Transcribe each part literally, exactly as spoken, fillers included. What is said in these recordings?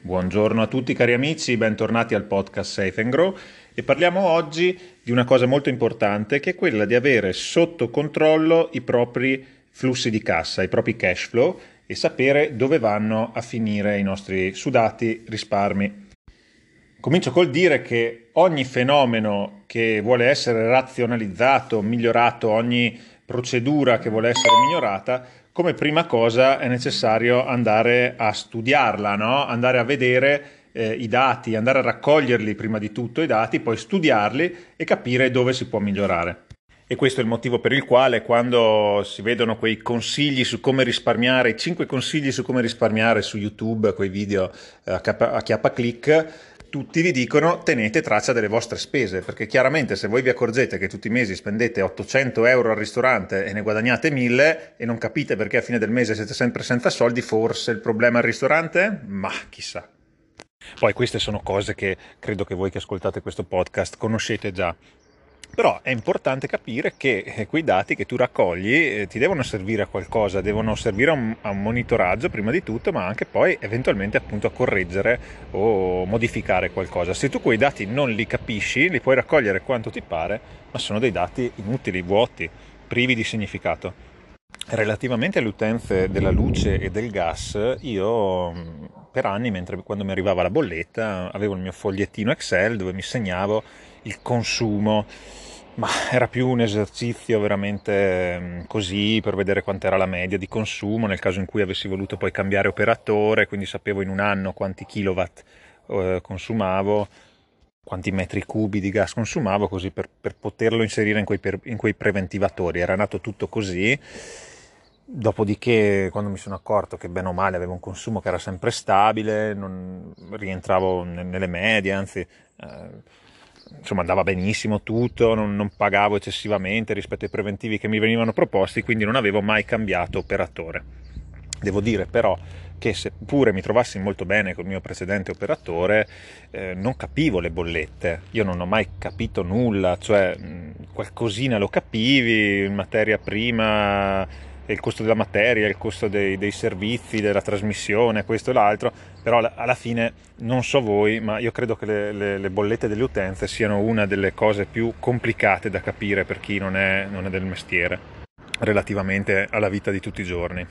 Buongiorno a tutti cari amici, bentornati al podcast Safe and Grow e parliamo oggi di una cosa molto importante che è quella di avere sotto controllo i propri flussi di cassa, i propri cash flow e sapere dove vanno a finire i nostri sudati risparmi. Comincio col dire che ogni fenomeno che vuole essere razionalizzato, migliorato, ogni procedura che vuole essere migliorata, come prima cosa è necessario andare a studiarla, no? Andare a vedere eh, i dati, andare a raccoglierli prima di tutto i dati, poi studiarli e capire dove si può migliorare. E questo è il motivo per il quale quando si vedono quei consigli su come risparmiare, i cinque consigli su come risparmiare su YouTube, quei video a, capa- a chiappa click, tutti vi dicono tenete traccia delle vostre spese, perché chiaramente se voi vi accorgete che tutti i mesi spendete ottocento euro al ristorante e ne guadagnate mille e non capite perché a fine del mese siete sempre senza soldi, forse il problema è il ristorante? Ma chissà. Poi queste sono cose che credo che voi che ascoltate questo podcast conoscete già. Però è importante capire che quei dati che tu raccogli eh, ti devono servire a qualcosa, devono servire a un, a un monitoraggio prima di tutto, ma anche poi eventualmente appunto a correggere o modificare qualcosa. Se tu quei dati non li capisci, li puoi raccogliere quanto ti pare, ma sono dei dati inutili, vuoti, privi di significato. Relativamente alle utenze della luce e del gas, io per anni, mentre quando mi arrivava la bolletta, avevo il mio fogliettino Excel dove mi segnavo il consumo, ma era più un esercizio veramente così per vedere quant'era la media di consumo nel caso in cui avessi voluto poi cambiare operatore, quindi sapevo in un anno quanti kilowatt eh, consumavo, quanti metri cubi di gas consumavo, così per, per poterlo inserire in quei, per, in quei preventivatori. Era nato tutto così. Dopodiché, quando mi sono accorto che bene o male avevo un consumo che era sempre stabile, non rientravo nelle medie, anzi, eh, insomma andava benissimo tutto, non, non pagavo eccessivamente rispetto ai preventivi che mi venivano proposti, quindi non avevo mai cambiato operatore. Devo dire però che seppure mi trovassi molto bene col mio precedente operatore, eh, non capivo le bollette, io non ho mai capito nulla, cioè mh, qualcosina lo capivi, materia prima, il costo della materia, il costo dei, dei servizi, della trasmissione, questo e l'altro, però alla fine non so voi, ma io credo che le, le, le bollette delle utenze siano una delle cose più complicate da capire per chi non è, non è del mestiere, relativamente alla vita di tutti i giorni.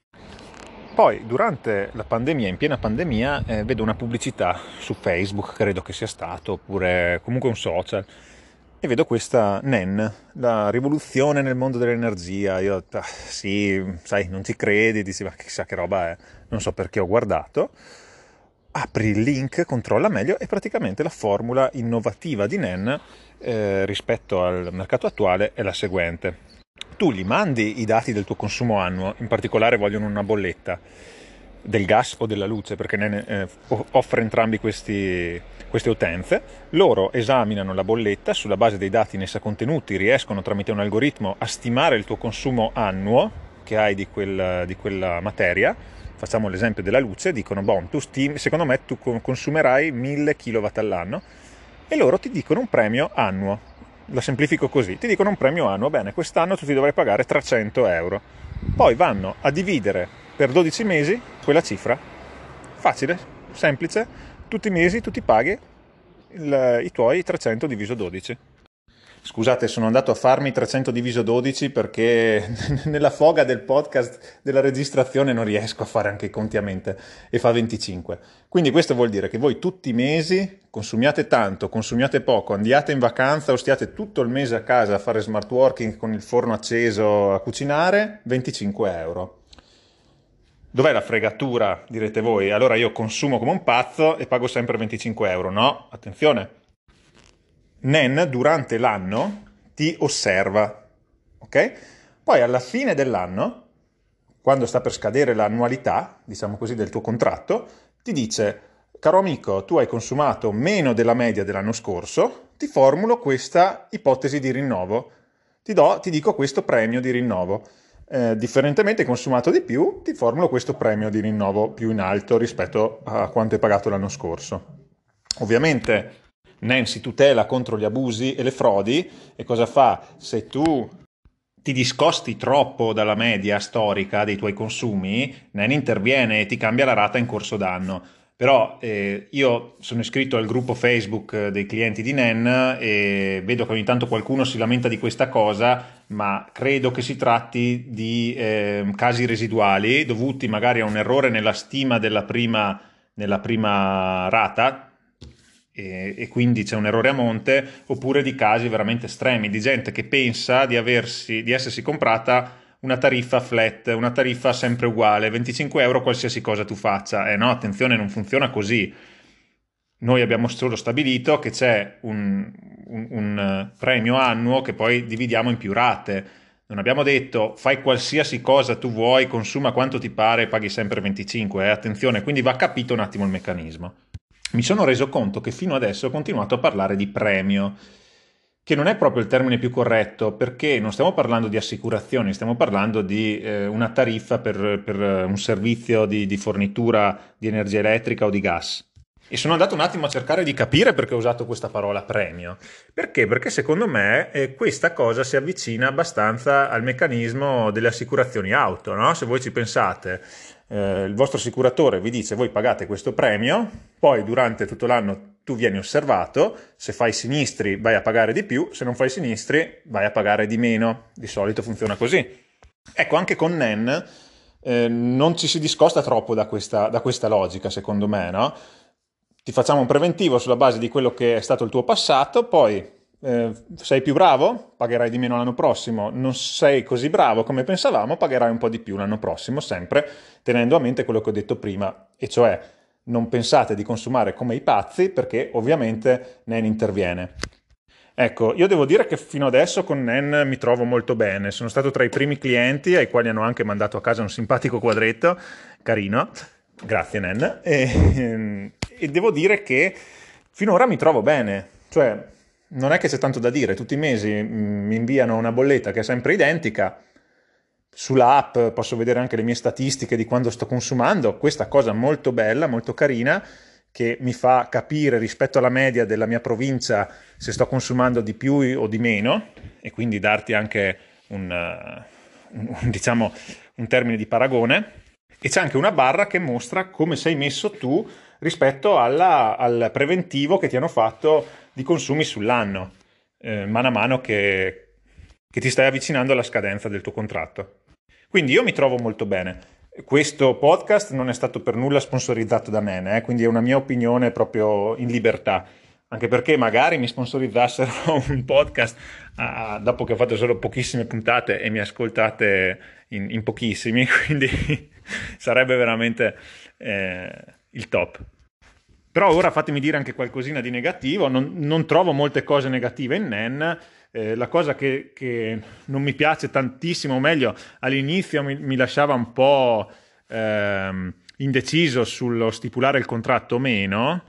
Poi, durante la pandemia, in piena pandemia, eh, vedo una pubblicità su Facebook, credo che sia stato, oppure comunque un social, e vedo questa N E N, la rivoluzione nel mondo dell'energia. Io, ah, sì, sai, non ci credi, dici, ma chissà che roba è, non so perché ho guardato. Apri il link, controlla meglio e praticamente la formula innovativa di N E N eh, rispetto al mercato attuale è la seguente. Tu gli mandi i dati del tuo consumo annuo, in particolare vogliono una bolletta del gas o della luce, perché N E N eh, offre entrambi questi, queste utenze, loro esaminano la bolletta, sulla base dei dati in essa contenuti riescono tramite un algoritmo a stimare il tuo consumo annuo che hai di, quel, di quella materia. Facciamo l'esempio della luce, dicono, boh, tu stimi, secondo me tu consumerai mille kilowatt all'anno e loro ti dicono un premio annuo. La semplifico così, ti dicono un premio annuo, bene, quest'anno tu ti dovrai pagare trecento euro. Poi vanno a dividere per dodici mesi quella cifra. Facile, semplice, tutti i mesi tu ti paghi il, i tuoi trecento diviso dodici. Scusate, sono andato a farmi trecento diviso dodici perché nella foga del podcast, della registrazione, non riesco a fare anche i conti a mente e fa venticinque. Quindi questo vuol dire che voi tutti i mesi consumiate tanto, consumiate poco, andiate in vacanza o stiate tutto il mese a casa a fare smart working con il forno acceso a cucinare, venticinque euro. Dov'è la fregatura, direte voi? Allora io consumo come un pazzo e pago sempre venticinque euro. No, attenzione. N E N durante l'anno ti osserva, ok? Poi alla fine dell'anno, quando sta per scadere l'annualità, diciamo così, del tuo contratto, ti dice, caro amico, tu hai consumato meno della media dell'anno scorso, ti formulo questa ipotesi di rinnovo, ti do, ti dico questo premio di rinnovo. Eh, differentemente hai consumato di più, ti formulo questo premio di rinnovo più in alto rispetto a quanto hai pagato l'anno scorso. Ovviamente N E N si tutela contro gli abusi e le frodi e cosa fa? Se tu ti discosti troppo dalla media storica dei tuoi consumi, N E N interviene e ti cambia la rata in corso d'anno. Però eh, io sono iscritto al gruppo Facebook dei clienti di Nen e vedo che ogni tanto qualcuno si lamenta di questa cosa, ma credo che si tratti di eh, casi residuali dovuti magari a un errore nella stima della prima, nella prima rata, e, e quindi c'è un errore a monte, oppure di casi veramente estremi, di gente che pensa di, aversi, di essersi comprata una tariffa flat, una tariffa sempre uguale, venticinque euro qualsiasi cosa tu faccia. Eh no, attenzione, non funziona così. Noi abbiamo solo stabilito che c'è un, un, un premio annuo che poi dividiamo in più rate. Non abbiamo detto fai qualsiasi cosa tu vuoi, consuma quanto ti pare e paghi sempre venticinque. Eh? Attenzione, quindi va capito un attimo il meccanismo. Mi sono reso conto che fino adesso ho continuato a parlare di premio, che non è proprio il termine più corretto, perché non stiamo parlando di assicurazioni, stiamo parlando di eh, una tariffa per, per un servizio di, di fornitura di energia elettrica o di gas. E sono andato un attimo a cercare di capire perché ho usato questa parola premio. Perché? Perché secondo me eh, questa cosa si avvicina abbastanza al meccanismo delle assicurazioni auto, no? Se voi ci pensate, eh, il vostro assicuratore vi dice voi pagate questo premio, poi durante tutto l'anno tu vieni osservato, se fai sinistri vai a pagare di più, se non fai sinistri vai a pagare di meno. Di solito funziona così. Ecco, anche con Nen eh, non ci si discosta troppo da questa, da questa logica, secondo me, no? Ti facciamo un preventivo sulla base di quello che è stato il tuo passato, poi eh, sei più bravo, pagherai di meno l'anno prossimo, non sei così bravo come pensavamo, pagherai un po' di più l'anno prossimo, sempre tenendo a mente quello che ho detto prima, e cioè non pensate di consumare come i pazzi perché ovviamente Nen interviene. Ecco, io devo dire che fino adesso con Nen mi trovo molto bene, sono stato tra i primi clienti ai quali hanno anche mandato a casa un simpatico quadretto, carino, grazie Nen, e, e devo dire che finora mi trovo bene, cioè non è che c'è tanto da dire, tutti i mesi mi inviano una bolletta che è sempre identica, sulla app posso vedere anche le mie statistiche di quando sto consumando, questa cosa molto bella, molto carina, che mi fa capire rispetto alla media della mia provincia se sto consumando di più o di meno, e quindi darti anche un, un, un, diciamo, un termine di paragone. E c'è anche una barra che mostra come sei messo tu rispetto alla, al preventivo che ti hanno fatto di consumi sull'anno, eh, mano a mano che, che ti stai avvicinando alla scadenza del tuo contratto. Quindi io mi trovo molto bene. Questo podcast non è stato per nulla sponsorizzato da Nen, eh, quindi è una mia opinione proprio in libertà, anche perché magari mi sponsorizzassero un podcast ah, dopo che ho fatto solo pochissime puntate e mi ascoltate in, in pochissimi, quindi sarebbe veramente eh, il top. Però ora fatemi dire anche qualcosina di negativo, non, non trovo molte cose negative in Nen. Eh, la cosa che, che non mi piace tantissimo, o meglio, all'inizio mi, mi lasciava un po' ehm, indeciso sullo stipulare il contratto o meno,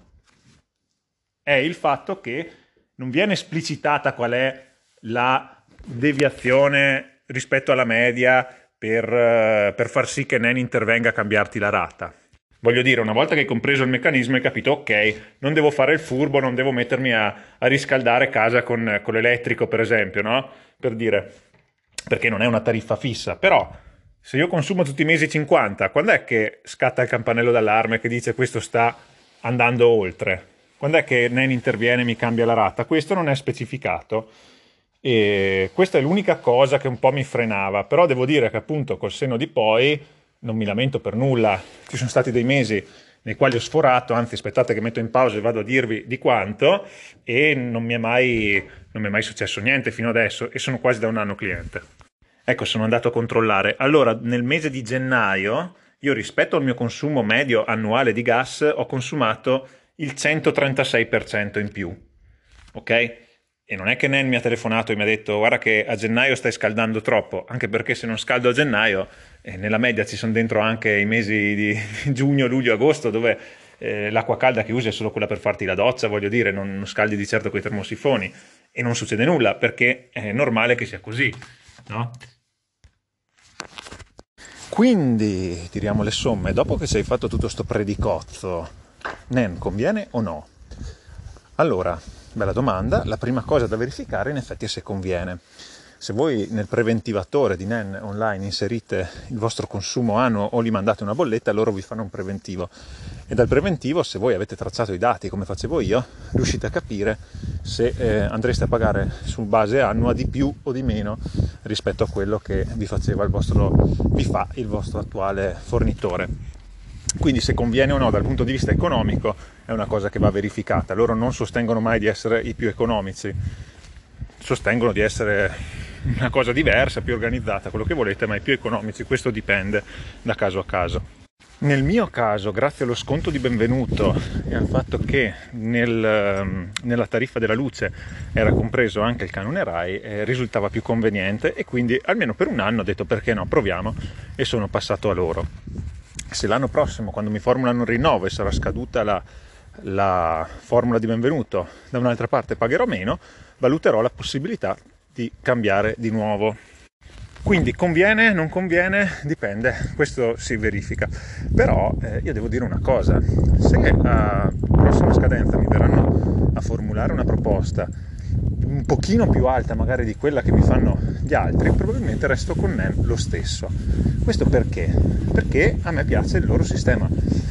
è il fatto che non viene esplicitata qual è la deviazione rispetto alla media per, per far sì che Nen intervenga a cambiarti la rata. Voglio dire, una volta che hai compreso il meccanismo hai capito, ok, non devo fare il furbo, non devo mettermi a, a riscaldare casa con, con l'elettrico, per esempio, no? Per dire, perché non è una tariffa fissa. Però, se io consumo tutti i mesi cinquanta, quando è che scatta il campanello d'allarme che dice questo sta andando oltre? Quando è che Nen interviene e mi cambia la rata? Questo non è specificato. E questa è l'unica cosa che un po' mi frenava. Però devo dire che appunto col senno di poi non mi lamento per nulla, ci sono stati dei mesi nei quali ho sforato, anzi aspettate che metto in pausa e vado a dirvi di quanto, e non mi è mai, non mi è mai successo niente fino adesso e sono quasi da un anno cliente. Ecco, sono andato a controllare. Allora, nel mese di gennaio, io rispetto al mio consumo medio annuale di gas ho consumato il centotrentasei per cento in più, ok? E non è che Nen mi ha telefonato e mi ha detto guarda che a gennaio stai scaldando troppo, anche perché se non scaldo a gennaio, eh, nella media ci sono dentro anche i mesi di giugno, luglio, agosto, dove eh, l'acqua calda che usi è solo quella per farti la doccia, voglio dire, non, non scaldi di certo coi termosifoni, e non succede nulla, perché è normale che sia così, no? Quindi, tiriamo le somme, dopo che ci hai fatto tutto sto predicozzo, Nen conviene o no? Allora, bella domanda. La prima cosa da verificare in effetti è se conviene. Se voi nel preventivatore di Nen online inserite il vostro consumo annuo o gli mandate una bolletta, loro vi fanno un preventivo. E dal preventivo, se voi avete tracciato i dati come facevo io, riuscite a capire se eh, andreste a pagare su base annua di più o di meno rispetto a quello che vi faceva il vostro, vi fa il vostro attuale fornitore. Quindi se conviene o no dal punto di vista economico è una cosa che va verificata. Loro non sostengono mai di essere i più economici, sostengono di essere una cosa diversa, più organizzata, quello che volete, ma i più economici. Questo dipende da caso a caso. Nel mio caso, grazie allo sconto di benvenuto e al fatto che nel, nella tariffa della luce era compreso anche il canone RAI, eh, risultava più conveniente, e quindi almeno per un anno ho detto perché no, proviamo, e sono passato a loro. Se l'anno prossimo, quando mi formulano un rinnovo e sarà scaduta la, la formula di benvenuto, da un'altra parte pagherò meno, valuterò la possibilità di cambiare di nuovo. Quindi conviene, non conviene, dipende, questo si verifica. Però eh, io devo dire una cosa: se a prossima scadenza mi verranno a formulare una proposta un pochino più alta magari di quella che mi fanno gli altri, probabilmente resto con N E N lo stesso. Questo perché? Perché a me piace il loro sistema.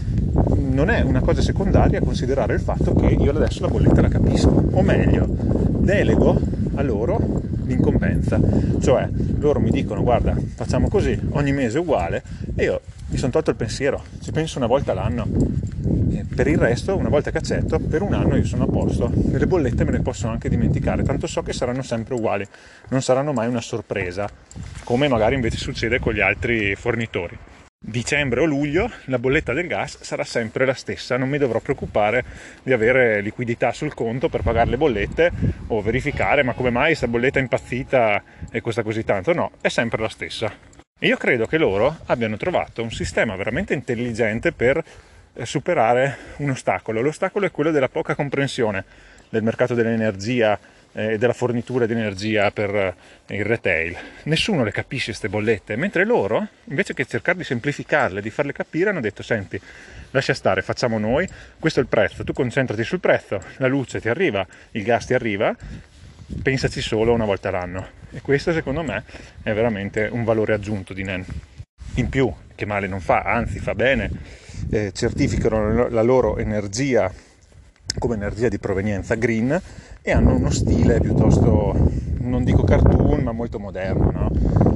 Non è una cosa secondaria considerare il fatto che io adesso la bolletta la capisco, o meglio, delego a loro l'incombenza, cioè loro mi dicono guarda, facciamo così, ogni mese è uguale, e io mi sono tolto il pensiero, ci penso una volta l'anno, e per il resto, una volta che accetto, per un anno io sono a posto, le bollette me le posso anche dimenticare, tanto so che saranno sempre uguali, non saranno mai una sorpresa, come magari invece succede con gli altri fornitori. Dicembre o luglio la bolletta del gas sarà sempre la stessa, non mi dovrò preoccupare di avere liquidità sul conto per pagare le bollette o verificare ma come mai questa bolletta è impazzita e costa così tanto. No, è sempre la stessa. E io credo che loro abbiano trovato un sistema veramente intelligente per superare un ostacolo. L'ostacolo è quello della poca comprensione del mercato dell'energia e della fornitura di energia per il retail. Nessuno le capisce queste bollette, mentre loro, invece che cercare di semplificarle, di farle capire, hanno detto senti, lascia stare, facciamo noi, questo è il prezzo, tu concentrati sul prezzo, la luce ti arriva, il gas ti arriva, pensaci solo una volta l'anno. E questo secondo me è veramente un valore aggiunto di N E N. In più, che male non fa, anzi fa bene, eh, certificano la loro energia come energia di provenienza green, e hanno uno stile piuttosto, non dico cartoon, ma molto moderno, no?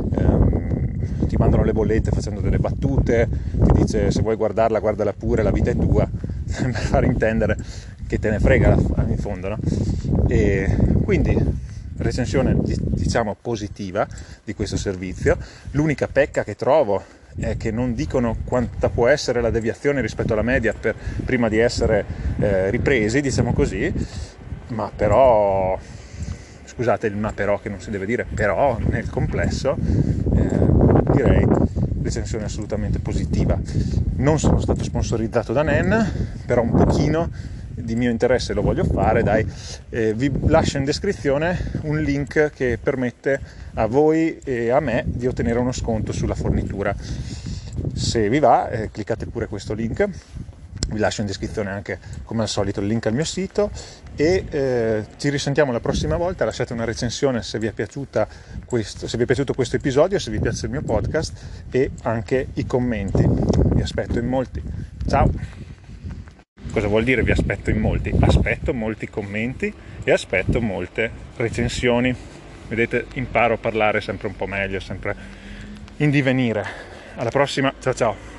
Ehm, ti mandano le bollette facendo delle battute, ti dice se vuoi guardarla guardala pure, la vita è tua, per far intendere che te ne frega in fondo, no? E quindi recensione diciamo positiva di questo servizio. L'unica pecca che trovo è che non dicono quanta può essere la deviazione rispetto alla media per, prima di essere eh, ripresi, diciamo così, ma però, scusate il ma però che non si deve dire, però nel complesso eh, direi recensione assolutamente positiva. Non sono stato sponsorizzato da N E N, però un pochino di mio interesse lo voglio fare, dai. Eh, vi lascio in descrizione un link che permette a voi e a me di ottenere uno sconto sulla fornitura. Se vi va, eh, cliccate pure questo link. Vi lascio in descrizione anche, come al solito, il link al mio sito, e eh, ci risentiamo la prossima volta. Lasciate una recensione se vi è piaciuta questo, se vi è piaciuto questo episodio, se vi piace il mio podcast, e anche i commenti. Vi aspetto in molti. Ciao! Cosa vuol dire vi aspetto in molti? Aspetto molti commenti e aspetto molte recensioni. Vedete, imparo a parlare sempre un po' meglio, sempre in divenire. Alla prossima, ciao ciao!